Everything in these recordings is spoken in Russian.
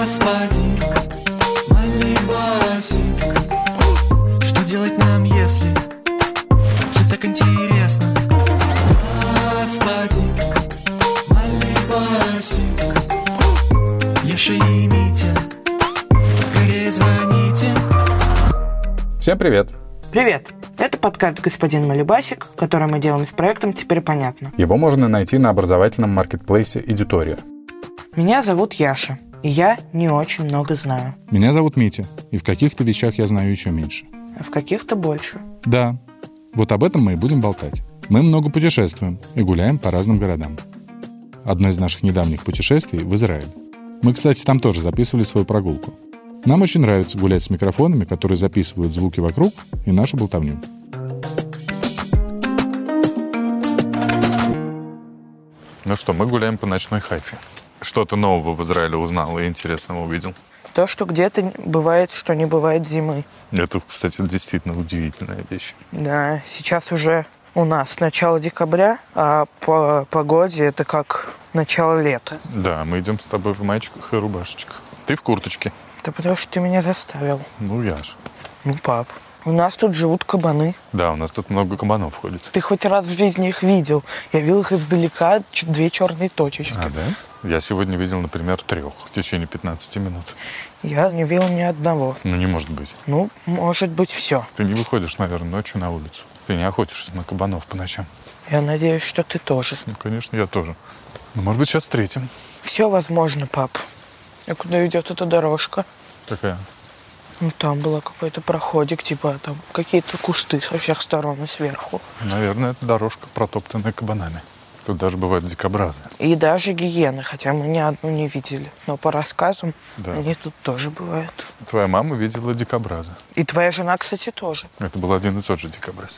Господин Малибасик, что делать нам, если все так интересно? Господин Малибасик, Леша и Митя, скорее звоните. Всем привет! Привет! Это подкаст «Господин Малибасик», который мы делаем с проектом «Теперь понятно». Его можно найти на образовательном маркетплейсе «Эдитория». Меня зовут Яша, и я не очень много знаю. Меня зовут Митя, и в каких-то вещах я знаю еще меньше. А в каких-то больше. Да, вот об этом мы и будем болтать. Мы много путешествуем и гуляем по разным городам. Одно из наших недавних путешествий в Израиль. Мы, кстати, там тоже записывали свою прогулку. Нам очень нравится гулять с микрофонами, которые записывают звуки вокруг и нашу болтовню. Ну что, мы гуляем по ночной Хайфе. Что-то нового в Израиле узнал и интересного увидел. То, что где-то бывает, что не бывает зимы. Это, кстати, действительно удивительная вещь. Да, сейчас уже у нас начало декабря, а по погоде это как начало лета. Да, мы идем с тобой в маечках и рубашечках. Ты в курточке. Это потому что ты меня заставил. Ну, я ж. Ну, пап, у нас тут живут кабаны. Да, у нас тут много кабанов ходит. Ты хоть раз в жизни их видел? Я видел их издалека, две черные точечки. А, да? Я сегодня видел, например, 3 в течение 15 минут. Я не видел ни одного. Ну, не может быть. Ну, может быть, все. Ты не выходишь, наверное, ночью на улицу. Ты не охотишься на кабанов по ночам. Я надеюсь, что ты тоже. Ну, конечно, я тоже. Ну, может быть, сейчас встретим. Все возможно, пап. А куда ведет эта дорожка? Какая? Ну, там был какой-то проходик, типа там какие-то кусты со всех сторон и сверху. Наверное, это дорожка, протоптанная кабанами. Тут даже бывают дикобразы. И даже гиены, хотя мы ни одну не видели. Но по рассказам Да. они тут тоже бывают. Твоя мама видела дикобраза. И твоя жена, кстати, тоже. Это был один и тот же дикобраз.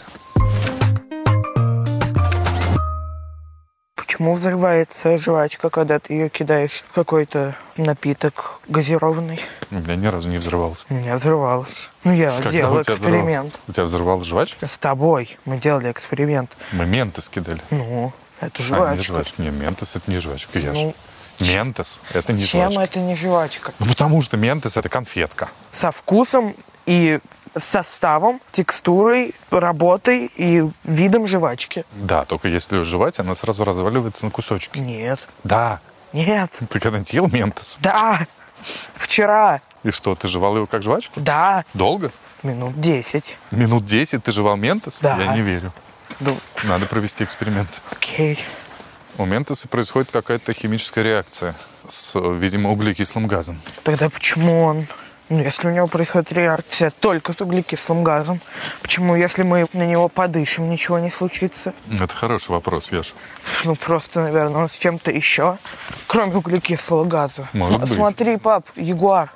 Почему взрывается жвачка, когда ты ее кидаешь в какой-то напиток газированный? У меня ни разу не взрывался. У меня взрывалось. Ну, я Когда делал у тебя эксперимент. взорвалась? У тебя взорвалась жвачка? С тобой мы делали эксперимент. Мы ментос кидали. Ну, это А, не жвачка. жвачка. Не, ментос это не жвачка, Яш. Ну, Ментос это не чем жвачка. это не жвачка? Ну, потому что ментос это конфетка. Со вкусом и составом, текстурой, работой и видом жвачки. Да, только если ее жевать, она сразу разваливается на кусочки. Нет. Да. Нет. Ты когда-нибудь ел ментос? Да. Вчера. И что, ты жевал его как жвачку? Да. Долго? Минут 10. Минут 10 ты жевал ментос? Да. Я не верю. Да. Надо провести эксперимент. Окей. У ментоса происходит какая-то химическая реакция с, видимо, углекислым газом. Тогда почему он... Ну, если у него происходит реакция только с углекислым газом, почему, если мы на него подышим, ничего не случится? Это хороший вопрос, Яш. Ну, просто, наверное, он с чем-то еще, кроме углекислого газа. Может быть. Смотри, пап, ягуар.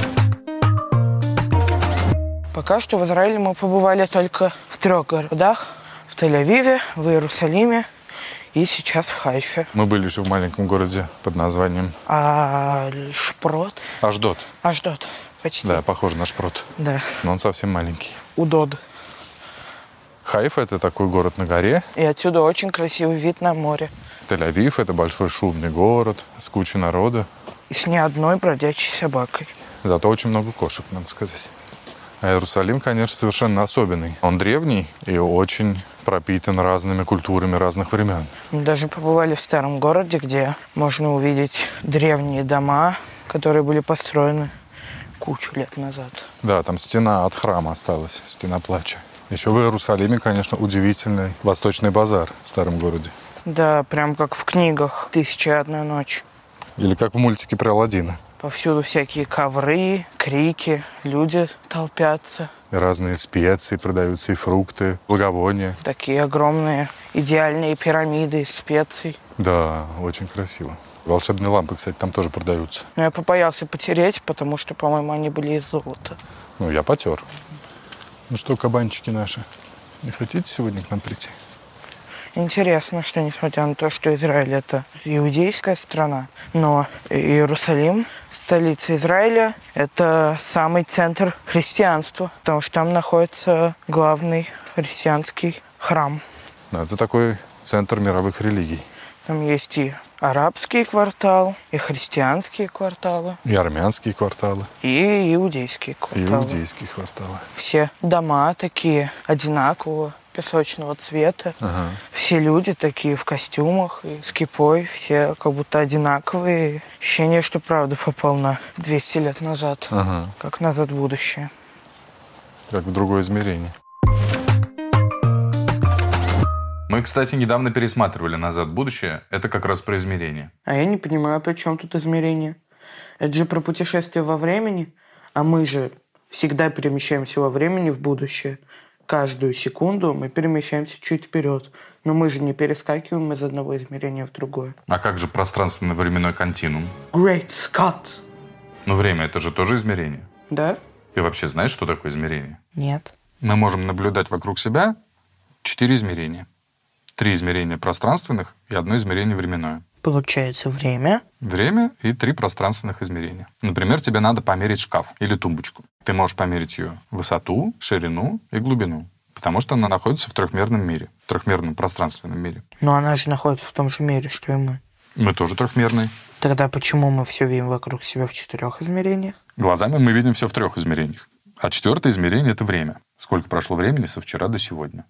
Пока что в Израиле мы побывали только в 3 городах. В Тель-Авиве, в Иерусалиме и сейчас в Хайфе. Мы были еще в маленьком городе под названием А Шпрот? Ашдод. Ашдод. Почти. Да, похоже на Шпрот. Да. Но он совсем маленький. Удод. Хайфа – это такой город на горе. И отсюда очень красивый вид на море. Тель-Авив – это большой шумный город с кучей народа. И с ни одной бродячей собакой. Зато очень много кошек, надо сказать. А Иерусалим, конечно, совершенно особенный. Он древний и очень пропитан разными культурами разных времен. Мы даже побывали в старом городе, где можно увидеть древние дома, которые были построены кучу лет назад. Да, там стена от храма осталась, стена плача. Еще в Иерусалиме, конечно, удивительный восточный базар в старом городе. Да, прям как в книгах «1001 ночь». Или как в мультике про Аладдина. Повсюду всякие ковры, крики, люди толпятся. И разные специи продаются, и фрукты, благовония. Такие огромные идеальные пирамиды из специй. Да, очень красиво. Волшебные лампы, кстати, там тоже продаются. Но я побоялся потереть, потому что, по-моему, они были из золота. Ну, я потер. Ну что, кабанчики наши, не хотите сегодня к нам прийти? Интересно, что несмотря на то, что Израиль – это иудейская страна, но Иерусалим, столица Израиля, это самый центр христианства, потому что там находится главный христианский храм. Да, это такой центр мировых религий. Там есть и арабский квартал, и христианские кварталы, И армянские кварталы, и иудейские и кварталы. иудейские кварталы. Все дома такие одинакового песочного цвета. Ага. Все люди такие в костюмах и с кипой, все как будто одинаковые. Ощущение, что правда попал на 200 лет назад, Ага. как «Назад в будущее». Как в другое измерение. Мы, кстати, недавно пересматривали «Назад в будущее». Это как раз про измерение. А я не понимаю, при чем тут измерение? Это же про путешествие во времени, а мы же всегда перемещаемся во времени в будущее. Каждую секунду мы перемещаемся чуть вперед. Но мы же не перескакиваем из одного измерения в другое. А как же пространственно-временной континуум? Great Scott! Но время – это же тоже измерение. Да? Ты вообще знаешь, что такое измерение? Нет. Мы можем наблюдать вокруг себя 4 измерения. 3 измерения пространственных и 1 измерение временное. Получается время. Время и 3 пространственных измерения. Например, тебе надо померить шкаф или тумбочку. Ты можешь померить ее высоту, ширину и глубину. Потому что она находится в трехмерном мире, в трехмерном пространственном мире. Но она же находится в том же мире, что и мы. Мы тоже трехмерные. Тогда почему мы все видим вокруг себя в 4 измерениях? Глазами мы видим все в 3 измерениях. А 4-е измерение – это время. Сколько прошло времени со вчера до сегодня?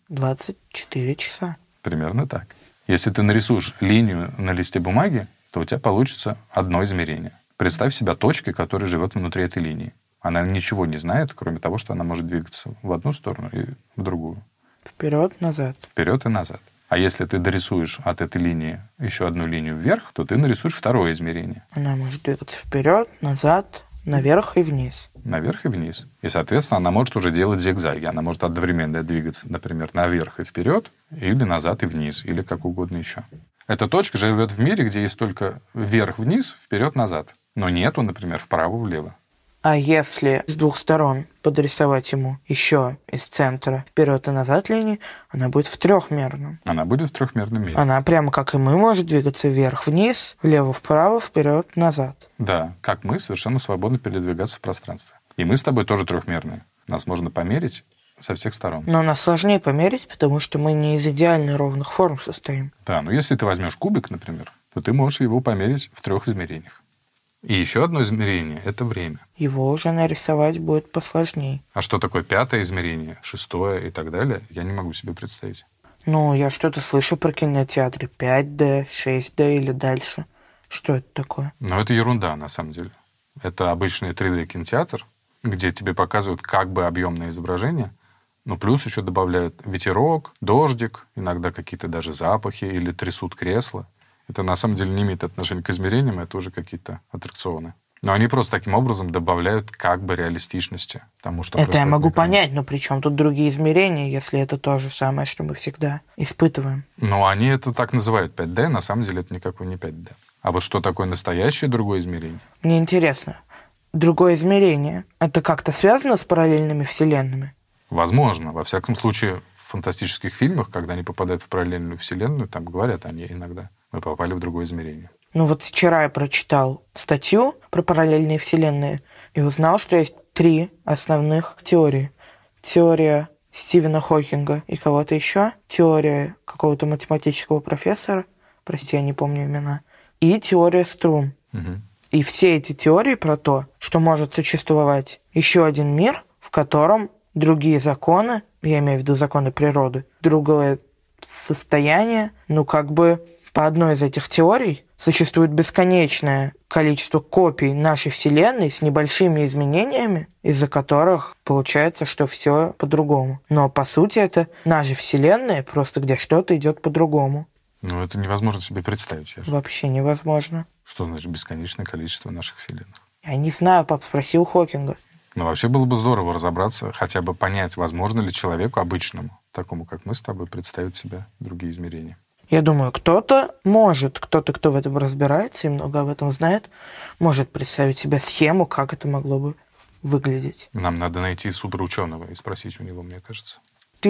24 часа. Примерно так. Если ты нарисуешь линию на листе бумаги, то у тебя получится 1 измерение. Представь себя точкой, которая живет внутри этой линии. Она ничего не знает, кроме того, что она может двигаться в одну сторону и в другую. Вперед, назад. Вперед и назад. А если ты дорисуешь от этой линии еще 1 линию вверх, то ты нарисуешь 2 измерение. Она может двигаться вперед, назад, наверх и вниз. Наверх и вниз. И, соответственно, она может уже делать зигзаги. Она может одновременно двигаться, например, наверх и вперед, или назад и вниз, или как угодно еще. Эта точка живет в мире, где есть только вверх-вниз, вперед-назад. Но нету, например, вправо-влево. А если с 2 сторон подрисовать ему еще из центра вперед и назад линии, она будет в 3-мерном. Она будет в 3-мерном мире. Она прямо как и мы может двигаться вверх-вниз, влево-вправо, вперед-назад. Да, как мы совершенно свободно передвигаться в пространстве. И мы с тобой тоже 3-мерные. Нас можно померить со всех сторон. Но нас сложнее померить, потому что мы не из идеально ровных форм состоим. Да, но если ты возьмешь кубик, например, то ты можешь его померить в 3 измерениях. И еще 1 измерение – это время. Его уже нарисовать будет посложнее. А что такое 5 измерение, 6 и так далее, я не могу себе представить. Ну, я что-то слышу про кинотеатры 5D, 6D или дальше. Что это такое? Но это ерунда, на самом деле. Это обычный 3D-кинотеатр, где тебе показывают как бы объемное изображение, но плюс еще добавляют ветерок, дождик, иногда какие-то даже запахи или трясут кресла. Это на самом деле не имеет отношения к измерениям, это уже какие-то аттракционы. Но они просто таким образом добавляют как бы реалистичности тому, что Это я происходит могу на экране. понять, но при чем тут другие измерения, если это то же самое, что мы всегда испытываем? Но они это так называют 5D, на самом деле это никакой не 5D. А вот что такое настоящее другое измерение? Мне интересно, другое измерение, это как-то связано с параллельными вселенными? Возможно. Во всяком случае, в фантастических фильмах, когда они попадают в параллельную вселенную, там говорят они иногда, мы попали в другое измерение. Ну вот вчера я прочитал статью про параллельные вселенные и узнал, что есть 3 основных теории. Теория Стивена Хокинга и кого-то еще, теория какого-то математического профессора, прости, я не помню имена, и теория струн. Угу. И все эти теории про то, что может существовать еще один мир, в котором другие законы, я имею в виду законы природы, другое состояние, ну как бы по одной из этих теорий существует бесконечное количество копий нашей Вселенной с небольшими изменениями, из-за которых получается, что все по-другому. Но по сути это наша Вселенная, просто где что-то идет по-другому. Ну, это невозможно себе представить. Вообще невозможно. Что значит бесконечное количество наших вселенных? Я не знаю, пап, спроси у Хокинга. Но вообще было бы здорово разобраться, хотя бы понять, возможно ли человеку обычному, такому как мы с тобой, представить себе другие измерения. Я думаю, кто-то может, кто-то, кто в этом разбирается и много об этом знает, может представить себе схему, как это могло бы выглядеть. Нам надо найти суперученого и спросить у него, мне кажется.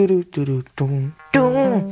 Ту-ру-ту-ру-тум-тум.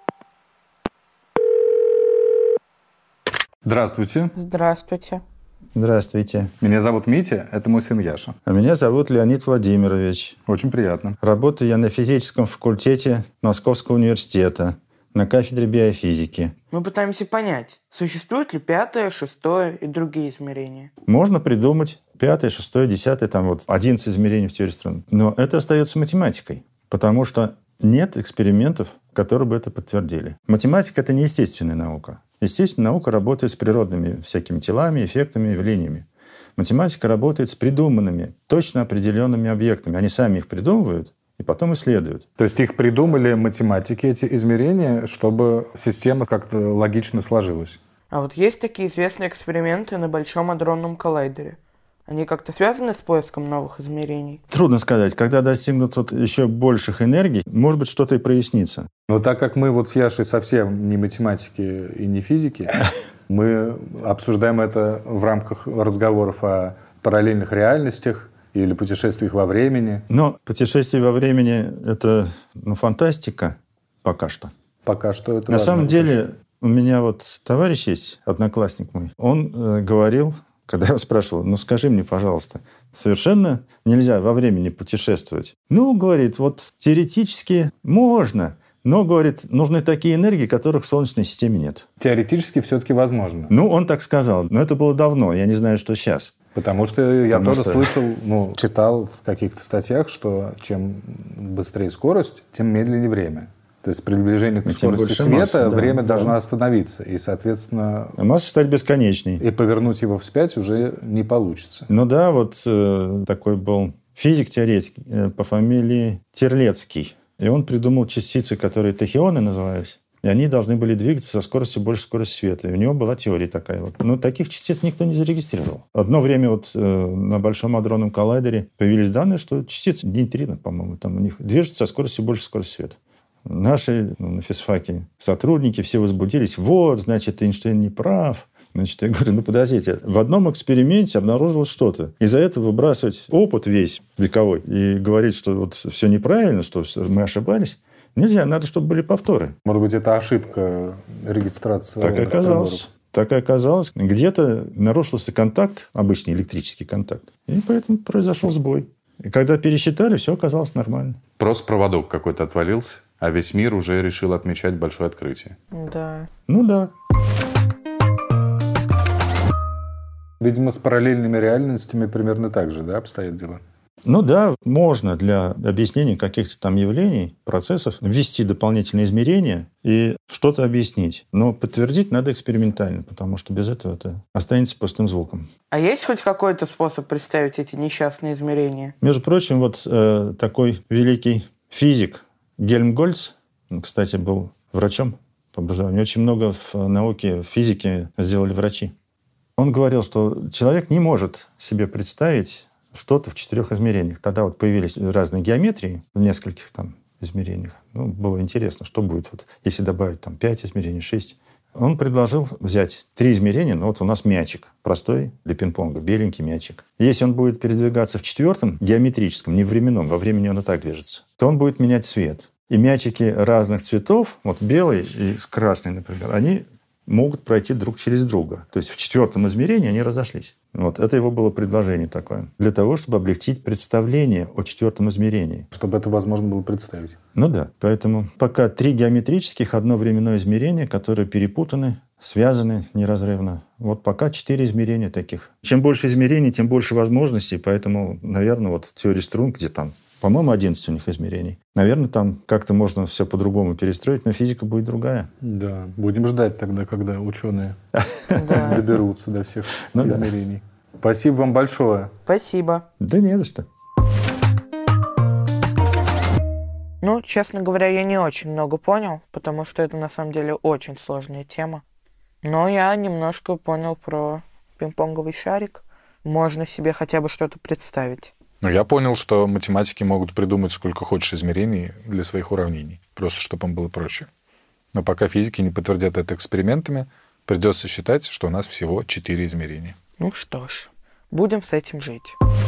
Здравствуйте. Здравствуйте. Здравствуйте. Меня зовут Митя, это мой сын Яша. А меня зовут Леонид Владимирович. Очень приятно. Работаю я на физическом факультете Московского университета на кафедре биофизики. Мы пытаемся понять, существует ли 5-е, 6-е и другие измерения. Можно придумать 5-е, 6-е, 10-е, там вот 11 измерений в теории струн. Но это остается математикой, потому что нет экспериментов, которые бы это подтвердили. Математика – это не естественная наука. Естественная наука работает с природными всякими телами, эффектами, явлениями. Математика работает с придуманными, точно определенными объектами. Они сами их придумывают и потом исследуют. То есть их придумали математики, эти измерения, чтобы система как-то логично сложилась. А вот есть такие известные эксперименты на Большом адронном коллайдере. Они как-то связаны с поиском новых измерений? Трудно сказать. Когда достигнут еще больших энергий, может быть, что-то и прояснится. Но так как мы вот с Яшей совсем не математики и не физики, мы обсуждаем это в рамках разговоров о параллельных реальностях или путешествиях во времени. Но путешествие во времени – это фантастика пока что. Пока что это На самом деле, у меня вот товарищ есть, одноклассник мой, он говорил, когда я его спрашивал, скажи мне, пожалуйста, совершенно нельзя во времени путешествовать? Говорит, вот теоретически можно, но, говорит, нужны такие энергии, которых в Солнечной системе нет. Теоретически все-таки возможно. Он так сказал, но это было давно, я не знаю, что сейчас. Потому что я тоже слышал, читал в каких-то статьях, что чем быстрее скорость, тем медленнее время. То есть при приближении к скорости света время должно остановиться. И, соответственно... Масса стать бесконечной. И повернуть его вспять уже не получится. Такой был физик-теоретик по фамилии Терлецкий. И он придумал частицы, которые тахионы назывались. И они должны были двигаться со скоростью больше скорости света. И у него была теория такая вот. Но таких частиц никто не зарегистрировал. Одно время на Большом адронном коллайдере появились данные, что частицы нейтрино, по-моему, там у них движутся со скоростью больше скорости света. Наши на физфаке сотрудники все возбудились. Значит, Эйнштейн не прав. Я говорю, подождите. В одном эксперименте обнаружилось что-то. Из-за этого выбрасывать опыт весь вековой и говорить, что вот все неправильно, что мы ошибались, нельзя. Надо, чтобы были повторы. Может быть, это ошибка регистрации. Так и оказалось. Где-то нарушился контакт, обычный электрический контакт. И поэтому произошел сбой. И когда пересчитали, все оказалось нормально. Просто проводок какой-то отвалился, а весь мир уже решил отмечать большое открытие. Да. Да. Видимо, с параллельными реальностями примерно так же, обстоят дела? Можно для объяснения каких-то там явлений, процессов ввести дополнительные измерения и что-то объяснить. Но подтвердить надо экспериментально, потому что без этого это останется пустым звуком. А есть хоть какой-то способ представить эти несчастные измерения? Между прочим, такой великий физик Гельмгольц, кстати, был врачом по образованию. Очень много в науке, в физике сделали врачи. Он говорил, что человек не может себе представить что-то в 4 измерениях. Тогда появились разные геометрии в нескольких измерениях. Было интересно, что будет, если добавить 5 измерений, 6. Он предложил взять 3 измерения. У нас мячик простой для пинг-понга, беленький мячик. Если он будет передвигаться в 4 геометрическом, не временном, во времени он и так движется, то он будет менять цвет. И мячики разных цветов, белый и красный, например, они могут пройти друг через друга. То есть в 4 измерении они разошлись. Это его было предложение такое. Для того, чтобы облегчить представление о 4 измерении. Чтобы это возможно было представить. Да. Поэтому пока 3 геометрических, 1 временное измерение, которые перепутаны, связаны неразрывно. Пока 4 измерения таких. Чем больше измерений, тем больше возможностей. Поэтому, наверное, теория струн, где по-моему, 11 у них измерений. Наверное, там как-то можно все по-другому перестроить, но физика будет другая. Да, будем ждать тогда, когда ученые доберутся до всех измерений. Спасибо вам большое. Спасибо. Да не за что. Честно говоря, я не очень много понял, потому что это на самом деле очень сложная тема. Но я немножко понял про пинг-понговый шарик. Можно себе хотя бы что-то представить. Я понял, что математики могут придумать сколько хочешь измерений для своих уравнений, просто чтобы им было проще. Но пока физики не подтвердят это экспериментами, придется считать, что у нас всего 4 измерения. Что ж, будем с этим жить.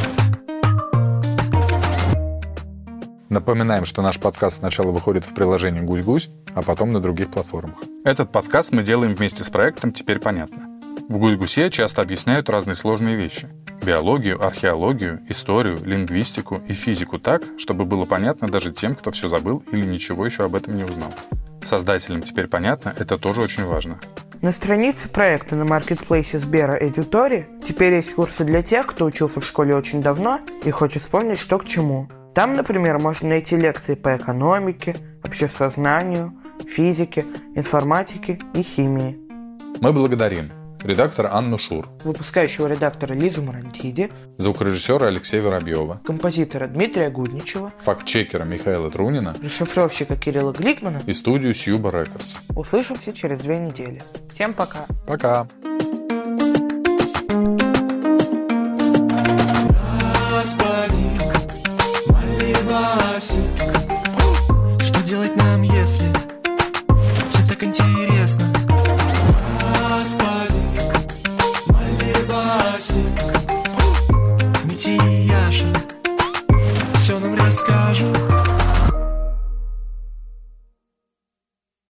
Напоминаем, что наш подкаст сначала выходит в приложении «Гусь-Гусь», а потом на других платформах. Этот подкаст мы делаем вместе с проектом «Теперь понятно». В «Гусь-гусе» часто объясняют разные сложные вещи. Биологию, археологию, историю, лингвистику и физику так, чтобы было понятно даже тем, кто все забыл или ничего еще об этом не узнал. Создателям теперь понятно, это тоже очень важно. На странице проекта на маркетплейсе Сбера Эдитори теперь есть курсы для тех, кто учился в школе очень давно и хочет вспомнить, что к чему. Там, например, можно найти лекции по экономике, обществознанию, физике, информатике и химии. Мы благодарим редактора Анну Шур, Выпускающего редактора Лизу Марантиди, звукорежиссера Алексея Воробьева, композитора Дмитрия Гудничева, фактчекера Михаила Трунина расшифровщика Кирилла Гликмана и студию Сьюба Рекордс. Услышимся через 2 недели. Всем пока! Пока! Господин, молибасик, что делать нам, если